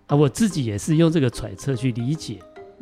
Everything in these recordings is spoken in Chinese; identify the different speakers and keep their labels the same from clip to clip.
Speaker 1: 我自己也是用这个揣测去理解，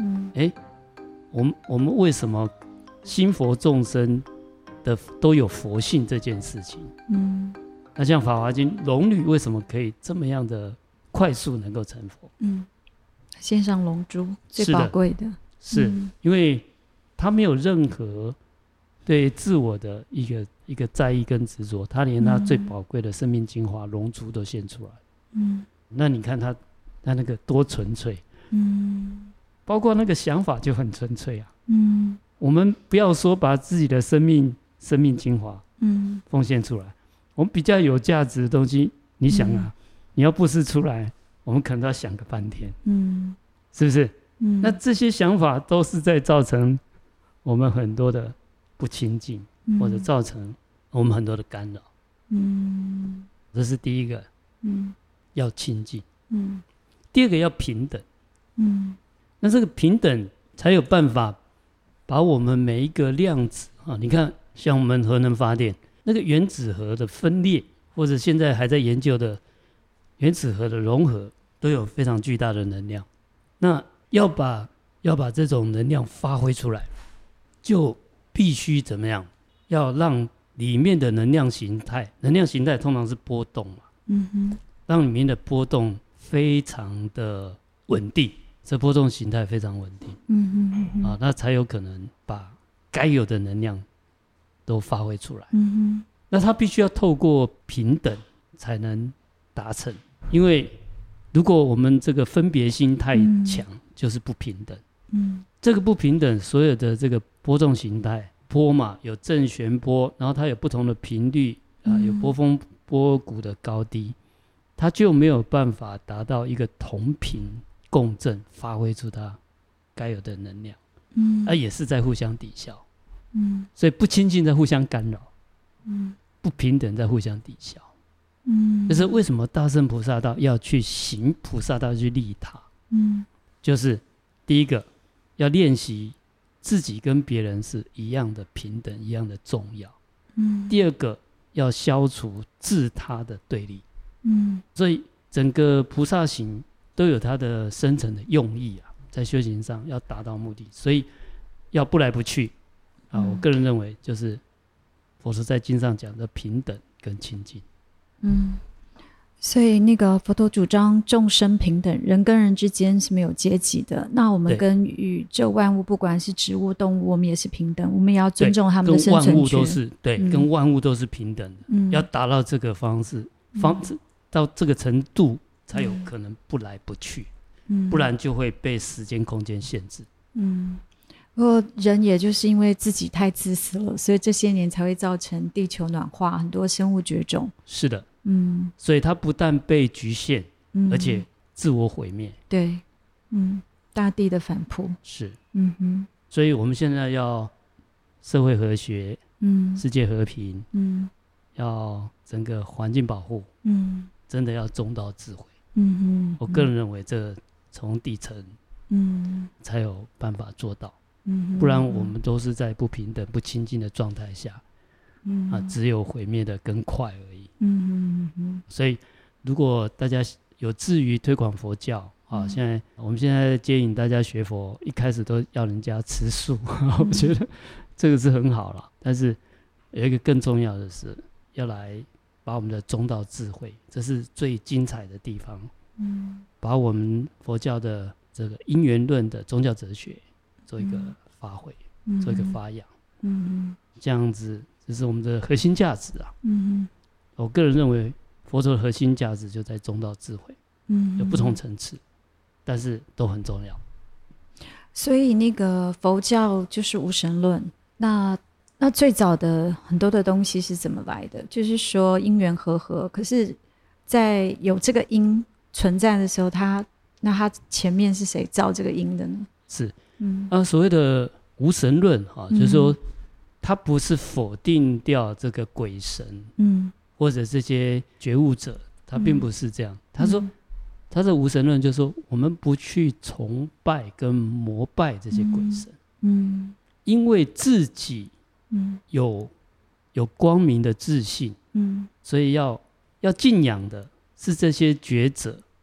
Speaker 1: 我们为什么心佛众生的都有佛性这件事情？那像《法华经》，龙女为什么可以这么样的快速能够成佛？
Speaker 2: 献上龙珠最宝贵的，
Speaker 1: 是因为他没有任何对自我的一个在意跟执着，他连他最宝贵的生命精华龙珠都献出来。那你看他那个多纯粹，包括那个想法就很纯粹啊。我们不要说把自己的生命精华奉献出来，我们比较有价值的东西，你想啊，你要布施出来，我们可能都要想个半天，是不是？那这些想法都是在造成我们很多的不亲近，或者造成我们很多的干扰。这是第一个，要亲近。第二个要平等。那这个平等才有办法把我们每一个量子你看像我们核能发电那个原子核的分裂，或者现在还在研究的原子核的融合，都有非常巨大的能量。那要把这种能量发挥出来，就必须怎么样？要让里面的能量形态通常是波动嘛，让里面的波动非常的稳定，这波动形态非常稳定，那才有可能把该有的能量都发挥出来。那它必须要透过平等才能达成，因为如果我们这个分别心太强，就是不平等。这个不平等，所有的这个波动形态，波嘛有正弦波，然后它有不同的频率有波峰波谷的高低，它就没有办法达到一个同频共振，发挥出它该有的能量。也是在互相抵消。所以不亲近在互相干扰，不平等在互相抵消。就是为什么大乘菩萨道要去行菩萨道去利他，就是第一个要练习自己跟别人是一样的平等，一样的重要。第二个要消除自他的对立。所以整个菩萨行都有它的深层的用意在修行上要达到目的，所以要不来不去我个人认为就是佛陀在经上讲的平等跟亲近。
Speaker 2: 所以那个佛陀主张众生平等，人跟人之间是没有阶级的。那我们跟宇宙万物，不管是植物动物，我们也是平等，我们也要尊重他们的生存权。跟万物都是跟万物都是平等的。要达到这个方式到这个程度，才有可能不来不去，不然就会被时间空间限制。不过人也就是因为自己太自私了，所以这些年才会造成地球暖化，很多生物绝种。是的，所以它不但被局限，而且自我毁灭。对，大地的反扑是。所以我们现在要社会和谐，世界和平，要整个环境保护，真的要中道智慧。我个人认为这从底层才有办法做到。不然我们都是在不平等不亲近的状态下，只有毁灭的更快而已。所以如果大家有志于推广佛教我们现在接引大家学佛，一开始都要人家吃素我觉得这个是很好了，但是有一个更重要的是要来把我们的中道智慧，这是最精彩的地方，把我们佛教的这个因缘论的宗教哲学做一个发挥，做一个发扬，这样子这是我们的核心价值我个人认为佛陀的核心价值就在中道智慧，有不同层次，但是都很重要。所以那个佛教就是无神论，那最早的很多的东西是怎么来的？就是说因缘和合，可是在有这个因存在的时候，那它前面是谁造这个因的呢？是所谓的无神论就是说它不是否定掉这个鬼神或者这些觉悟者，它并不是这样。他说他的无神论就是说我们不去崇拜跟膜拜这些鬼神，因为自己有光明的自信，所以要敬仰的是这些觉者，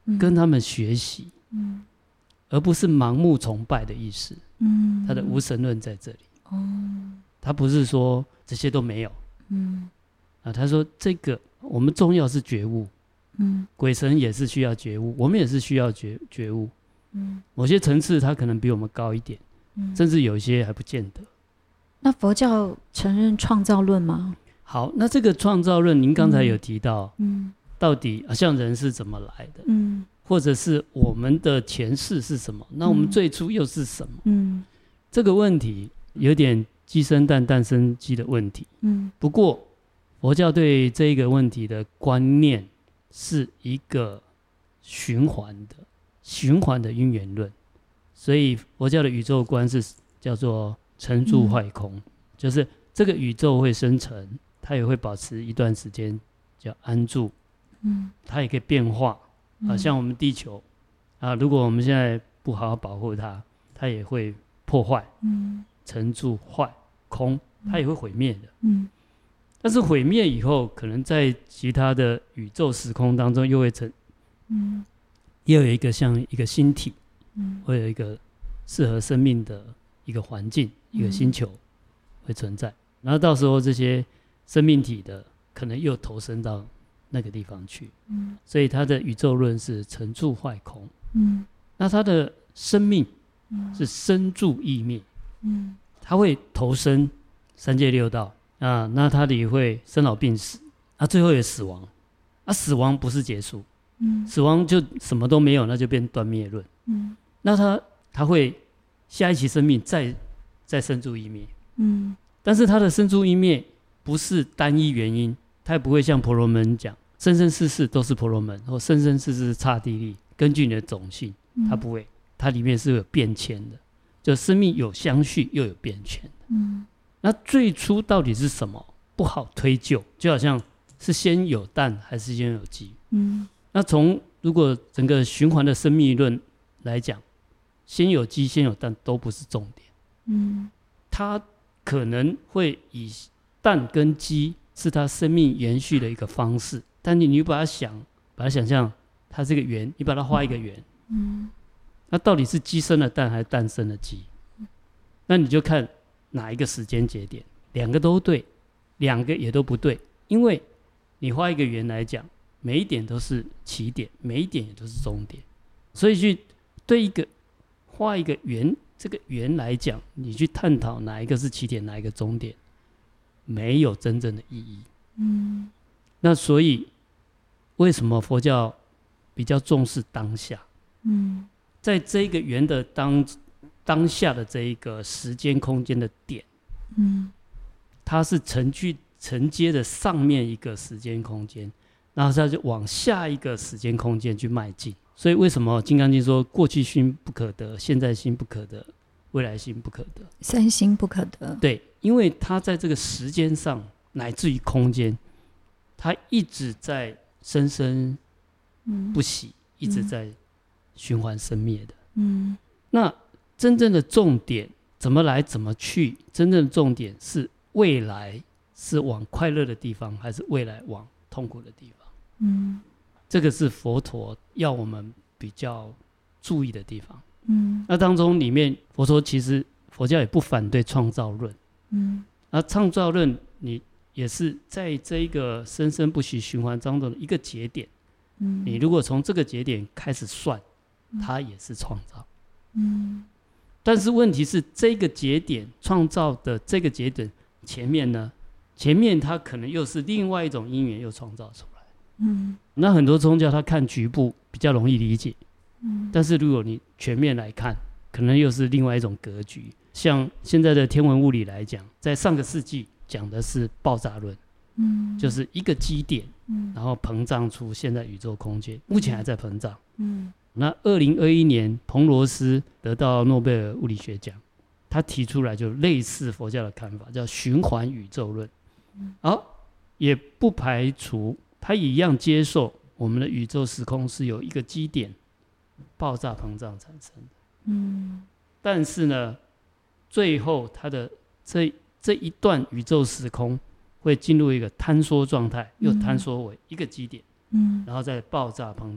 Speaker 1: 跟他们学习，而不是盲目崇拜的意思。他的无神论在这里。他不是说这些都没有。他说这个我们重要是觉悟。鬼神也是需要觉悟，我们也是需要觉悟。某些层次他可能比我们高一点，甚至有一些还不见得。
Speaker 2: 那佛教承认创造论吗？
Speaker 1: 好，那这个创造论您刚才有提到，到底像人是怎么来的，或者是我们的前世是什么，那我们最初又是什么，这个问题有点鸡生蛋蛋生鸡的问题。不过佛教对这个问题的观念是一个循环的因缘论，所以佛教的宇宙观是叫做成住坏空，就是这个宇宙会生成，它也会保持一段时间叫安住，它也可以变化，像我们地球如果我们现在不好好保护它，它也会破坏，成住坏空，它也会毁灭的。但是毁灭以后，可能在其他的宇宙时空当中又会又有一个像一个星体，会有一个适合生命的一个环境，一个星球会存在，然后到时候这些生命体的可能又投身到那个地方去。所以它的宇宙论是成住坏空。那它的生命是生住异灭，它会投身三界六道那它里会生老病死最后也死亡死亡不是结束，死亡就什么都没有，那就变断灭论。那它会下一期生命再生住异灭。但是它的生住异灭不是单一原因，它也不会像婆罗门讲生生世世都是婆罗门，或生生世世是刹帝利，根据你的种性，它不会，它里面是有变迁的，就生命有相续又有变迁的。那最初到底是什么不好推究，就好像是先有蛋还是先有鸡。那从如果整个循环的生命论来讲，先有鸡先有蛋都不是重点。它可能会以蛋跟鸡是它生命延续的一个方式，但你把它想象它是个圆，你把它画一个圆，那到底是鸡生了蛋还是蛋生了鸡？那你就看哪一个时间节点，两个都对，两个也都不对，因为你画一个圆来讲，每一点都是起点，每一点也都是终点，所以去对画一个圆，这个圆来讲，你去探讨哪一个是起点，哪一个终点，没有真正的意义。那所以为什么佛教比较重视当下？在这个圆的当下的这一个时间空间的点，它是承接的上面一个时间空间，然后它就往下一个时间空间去迈进。所以为什么《金刚经》说过去心不可得，现在心不可得，未来心不可得，
Speaker 2: 三心不可得？
Speaker 1: 对，因为它在这个时间上乃至于空间，它一直在生生不息，一直在循环生灭的。那真正的重点怎么来怎么去？真正的重点是未来是往快乐的地方，还是未来往痛苦的地方？这个是佛陀要我们比较注意的地方。那当中里面佛陀其实佛教也不反对创造论。那创造论你也是在这一个生生不息循环当中的一个节点。你如果从这个节点开始算，它也是创造。但是问题是这个节点创造的这个节点前面呢，前面它可能又是另外一种因缘又创造出来。那很多宗教它看局部比较容易理解，但是如果你全面来看，可能又是另外一种格局。像现在的天文物理来讲，在上个世纪讲的是爆炸论，就是一个基点，然后膨胀出现在宇宙空间，目前还在膨胀。那2021年彭罗斯得到诺贝尔物理学奖，他提出来就类似佛教的看法，叫循环宇宙论。也不排除他一样接受我们的宇宙时空是由一个基点爆炸膨胀产生的。但是呢，最后它的这一段宇宙时空会进入一个坍缩状态，又坍缩为一个基点，然后再爆炸膨胀，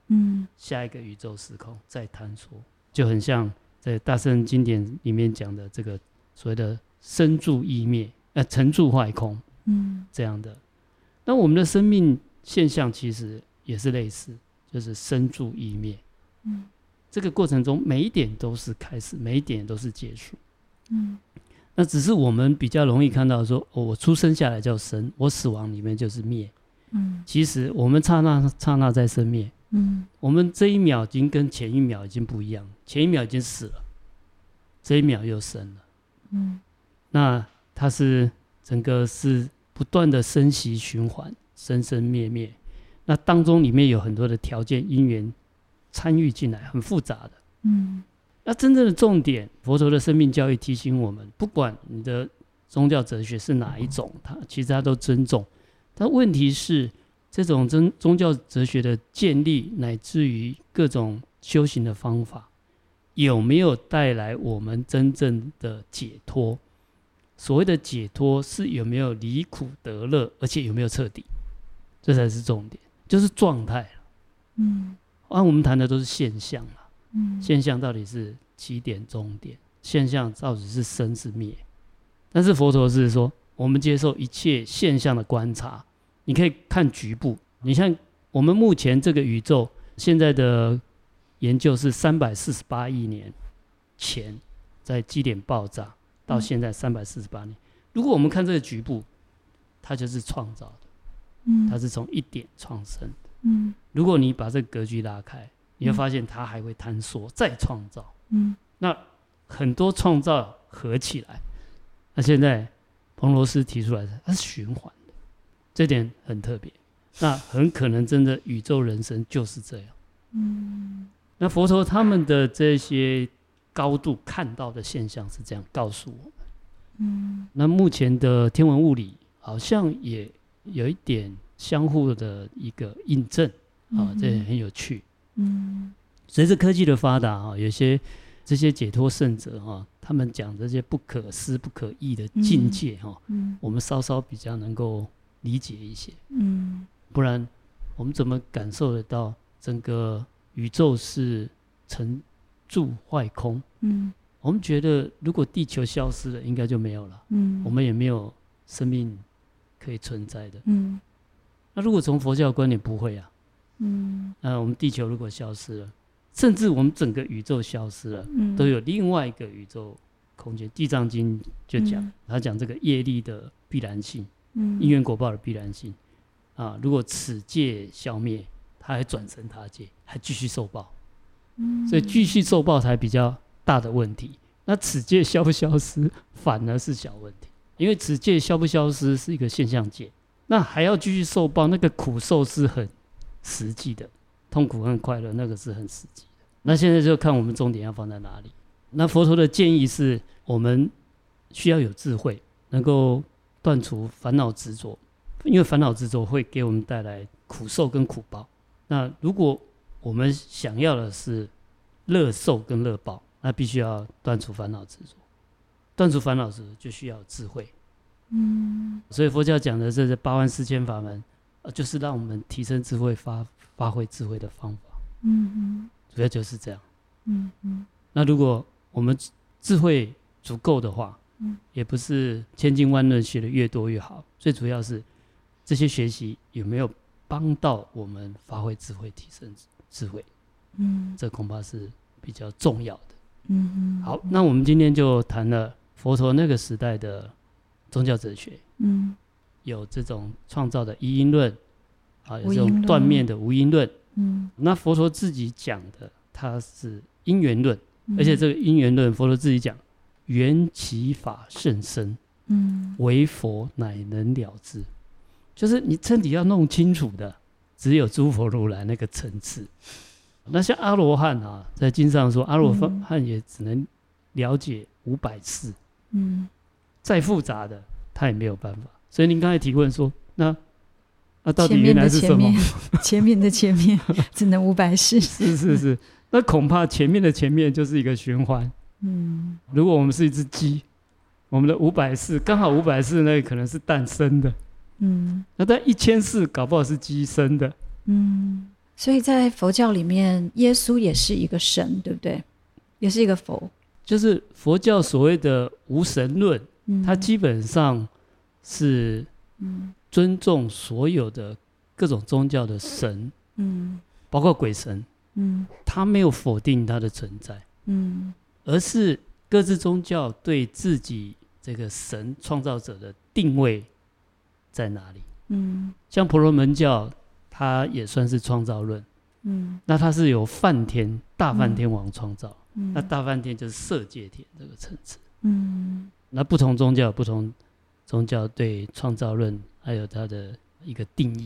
Speaker 1: 下一个宇宙时空再探索，就很像在大乘经典里面讲的这个所谓的生住异灭，成住坏空，这样的。那我们的生命现象其实也是类似，就是生住异灭。这个过程中每一点都是开始，每一点都是结束。那只是我们比较容易看到说，我出生下来叫生，我死亡里面就是灭。其实我们刹那在生灭。我们这一秒已经跟前一秒已经不一样，前一秒已经死了，这一秒又生了。那它是整个是不断的生息循环，生生灭灭。那当中里面有很多的条件因缘参与进来，很复杂的。那真正的重点，佛陀的生命教育提醒我们，不管你的宗教哲学是哪一种，其实他都尊重。但问题是，这种宗教哲学的建立，乃至于各种修行的方法，有没有带来我们真正的解脱？所谓的解脱，是有没有离苦得乐，而且有没有彻底，这才是重点，就是状态。我们谈的都是现象啦。现象到底是起点终点，现象到底是生是灭。但是佛陀是说，我们接受一切现象的观察，你可以看局部。你像我们目前这个宇宙现在的研究是348亿年前在基点爆炸到现在348年。如果我们看这个局部，它就是创造的，它是从一点创生的。如果你把这个格局拉开，你会发现它还会坍缩再创造。那很多创造合起来，那现在彭罗斯提出来的，它是循环的，这点很特别。那很可能真的宇宙人生就是这样。那佛陀他们的这些高度看到的现象是这样告诉我们。那目前的天文物理好像也有一点相互的一个印证这也很有趣。随着科技的发达，有些这些解脱圣者他们讲这些不可思不可议的境界，我们稍稍比较能够理解一些。不然我们怎么感受得到整个宇宙是成住坏空？我们觉得如果地球消失了，应该就没有了。我们也没有生命可以存在的。那如果从佛教的观点，不会啊。我们地球如果消失了，甚至我们整个宇宙消失了，都有另外一个宇宙空间。地藏经就讲，他讲这个业力的必然性，因缘果报的必然性。如果此界消灭，他还转生他界，还继续受报。所以继续受报才比较大的问题。那此界消不消失，反而是小问题，因为此界消不消失是一个现象界，那还要继续受报，那个苦受是很实际的，痛苦和快乐那个是很实际的。那现在就看我们重点要放在哪里。那佛陀的建议是，我们需要有智慧，能够断除烦恼执着，因为烦恼执着会给我们带来苦受跟苦报。那如果我们想要的是乐受跟乐报，那必须要断除烦恼执着。断除烦恼执着就需要智慧。所以佛教讲的这84000法门，就是让我们提升智慧、发挥智慧的方法。主要就是这样。那如果我们智慧足够的话，也不是千经万论学的越多越好，最主要是这些学习有没有帮到我们发挥智慧、提升智慧。这恐怕是比较重要的。好，那我们今天就谈了佛陀那个时代的宗教哲学。有这种创造的一因论，有这种断灭的无因论。那佛陀自己讲的，他是因缘论，而且这个因缘论，佛陀自己讲，缘起法甚深，唯佛乃能了之。就是你真的要弄清楚的，只有诸佛如来那个层次。那像阿罗汉在经上说，阿罗汉也只能了解500世，再复杂的他也没有办法。所以您刚才提问说，那到底原来是什么？
Speaker 2: 前面的前面只能500世。
Speaker 1: 是，那恐怕前面的前面就是一个循环。如果我们是一只鸡，我们的500世刚好500世那可能是蛋生的。那在1000世搞不好是鸡生的。
Speaker 2: 所以在佛教里面，耶稣也是一个神，对不对？也是一个佛。
Speaker 1: 就是佛教所谓的无神论，它基本上是尊重所有的各种宗教的神，包括鬼神，他没有否定他的存在，而是各自宗教对自己这个神创造者的定位在哪里。像婆罗门教，它也算是创造论，那它是由梵天大梵天王创造，那大梵天就是色界天这个层次。那不同宗教有不同宗教对创造论还有它的一个定义。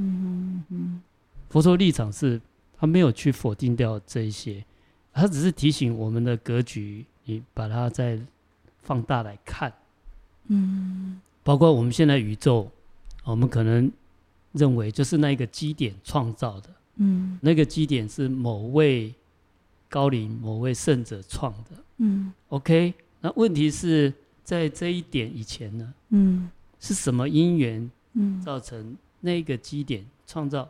Speaker 1: 佛陀立场是他没有去否定掉这一些，他只是提醒我们的格局，你把它再放大来看。包括我们现在宇宙，我们可能认为就是那一个基点创造的，那个基点是某位高龄某位圣者创的。OK， 那问题是在这一点以前呢，是什么因缘造成那个基点创造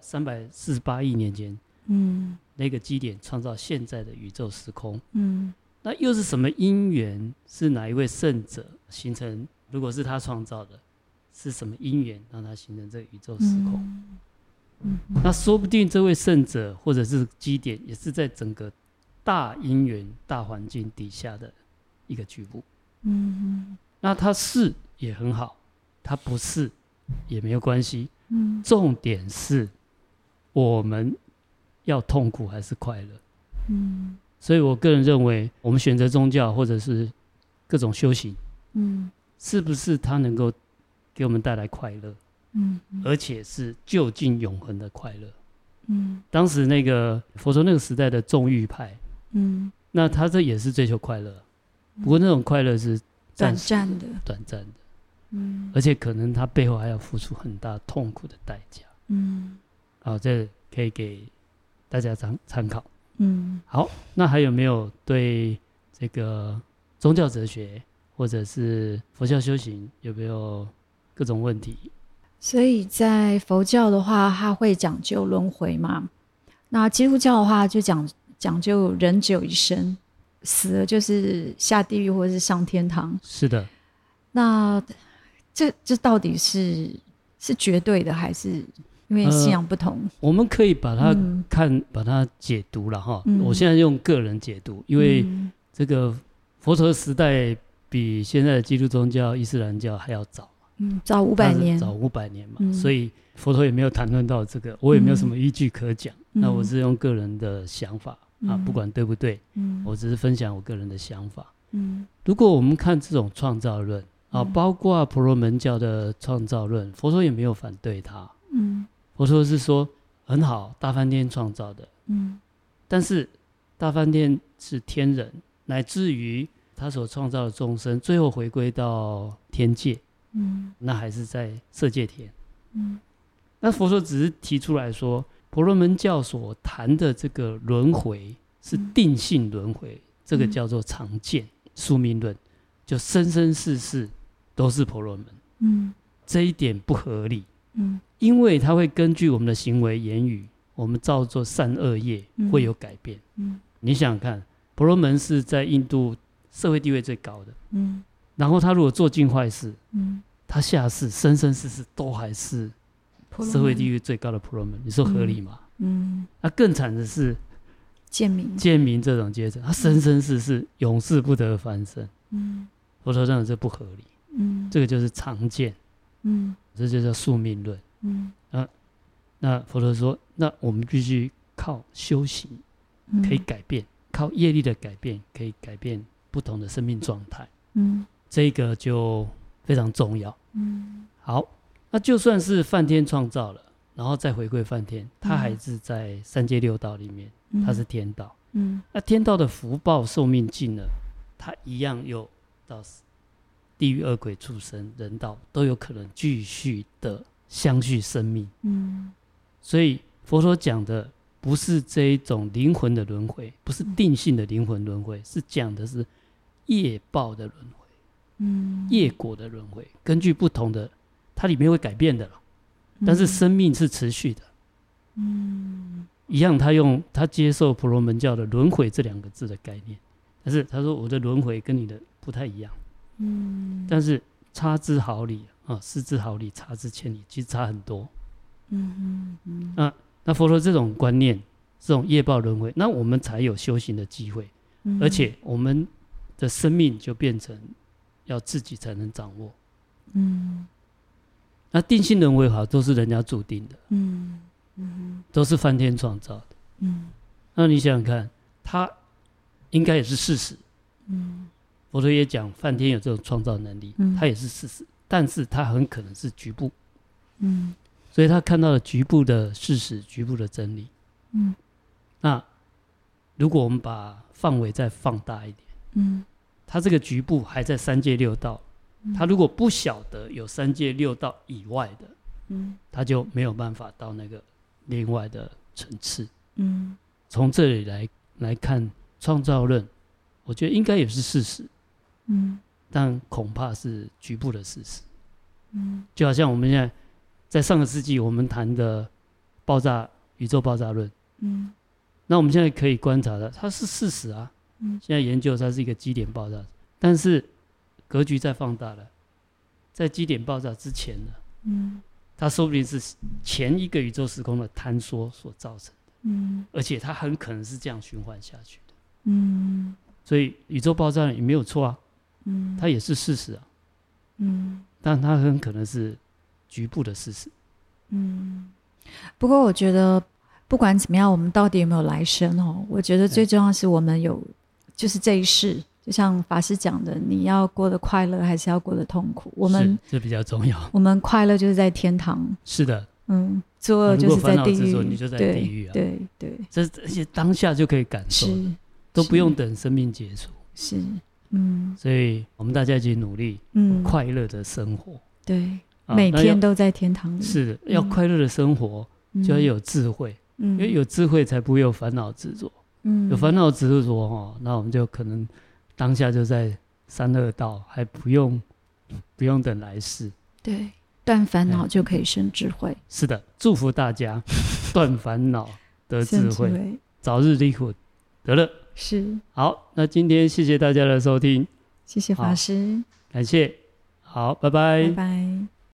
Speaker 1: 348亿年前，那个基点创造现在的宇宙时空。那又是什么因缘，是哪一位圣者形成？如果是他创造的，是什么因缘让他形成这个宇宙时空？那说不定这位圣者或者是基点，也是在整个大因缘、大环境底下的一个局部。那他是也很好，他不是也没有关系。重点是我们要痛苦还是快乐。所以我个人认为，我们选择宗教或者是各种修行，是不是它能够给我们带来快乐，而且是就近永恒的快乐。当时那个佛陀那个时代的纵欲派，那他这也是追求快乐，不过那种快乐是
Speaker 2: 短暂的，
Speaker 1: 而且可能他背后还要付出很大痛苦的代价。好，这可以给大家参考。好，那还有没有对这个宗教哲学或者是佛教修行有没有各种问题？
Speaker 2: 所以在佛教的话，它会讲究轮回嘛。那基督教的话，就讲究人只有一生，死了就是下地狱或者是上天堂。
Speaker 1: 是的。
Speaker 2: 那这到底是绝对的，还是因为信仰不同？
Speaker 1: 我们可以把它把它解读了哈。我现在用个人解读，因为这个佛陀时代比现在的基督宗教、伊斯兰教还要早。
Speaker 2: 早500年，
Speaker 1: 早500年嘛，所以佛陀也没有谈论到这个，我也没有什么依据可讲。那我是用个人的想法不管对不对，我只是分享我个人的想法。如果我们看这种创造论包括婆罗门教的创造论，佛陀也没有反对它。佛陀是说很好，大梵天创造的。但是大梵天是天人，乃至于他所创造的众生，最后回归到天界。那还是在色界天。那佛陀只是提出来说，婆罗门教所谈的这个轮回是定性轮回，这个叫做常见宿命论，就生生世世都是婆罗门。这一点不合理。因为它会根据我们的行为言语，我们造作善恶业会有改变。你想想看，婆罗门是在印度社会地位最高的。然后他如果做尽坏事，他下世生生世世都还是社会地位最高的婆罗门，你说合理吗？那更惨的是贱民这种阶层，他生生世世永世不得翻身。佛陀认为这不合理。这个就是常见。这就叫宿命论。那佛陀说，那我们必须靠修行可以改变，靠业力的改变可以改变不同的生命状态。这个就非常重要。好，那就算是梵天创造了，然后再回归梵天，他还是在三界六道里面，他是天道。那天道的福报寿命尽了，他一样又到地狱、恶鬼、畜生、人道都有可能继续的相续生命。所以佛陀讲的不是这一种灵魂的轮回，不是定性的灵魂轮回，是讲的是业报的轮回。业果的轮回，根据不同的，它里面会改变的了，但是生命是持续的。 一样他接受婆罗门教的轮回这2个字的概念，但是他说我的轮回跟你的不太一样，但是差之毫厘失之毫厘，差之千里，其实差很多。那佛陀这种观念，这种业报轮回，那我们才有修行的机会，而且我们的生命就变成要自己才能掌握。那定性轮回好都是人家注定的，都是梵天创造的。那你想想看，他应该也是事实。佛陀也讲梵天有这种创造能力，他也是事实，但是他很可能是局部。所以他看到了局部的事实，局部的真理。那如果我们把范围再放大一点，他这个局部还在三界六道，他如果不晓得有三界六道以外的，他就没有办法到那个另外的层次。从这里来看创造论，我觉得应该也是事实，但恐怕是局部的事实。就好像我们现在在上个世纪我们谈的宇宙爆炸论，那我们现在可以观察的，它是事实啊。现在研究它是一个基点爆炸，但是格局再放大了，在基点爆炸之前呢，它说不定是前一个宇宙时空的坍缩所造成的，而且它很可能是这样循环下去的。所以宇宙爆炸也没有错啊，它也是事实啊，但它很可能是局部的事实。
Speaker 2: 不过我觉得不管怎么样，我们到底有没有来生我觉得最重要是我们有就是这一世，就像法师讲的，你要过得快乐还是要过得痛苦，我们
Speaker 1: 这比较重要。
Speaker 2: 我们快乐就是在天堂，
Speaker 1: 是的，
Speaker 2: 作恶就是在地狱，
Speaker 1: 你就在地狱啊。
Speaker 2: 对，
Speaker 1: 而且当下就可以感受，都不用等生命结束。是，所以我们大家一起努力，快乐的生活。
Speaker 2: 对，每天都在天堂里。
Speaker 1: 是的，要快乐的生活，就要有智慧，因为有智慧才不会有烦恼执着。有烦恼执着那我们就可能当下就在三恶道，还不用等来世。
Speaker 2: 对，断烦恼就可以生智慧。
Speaker 1: 是的，祝福大家断烦恼得智慧，早日离苦得乐。
Speaker 2: 是，
Speaker 1: 好，那今天谢谢大家的收听，
Speaker 2: 谢谢法师，
Speaker 1: 感谢，好，拜拜，
Speaker 2: 拜拜。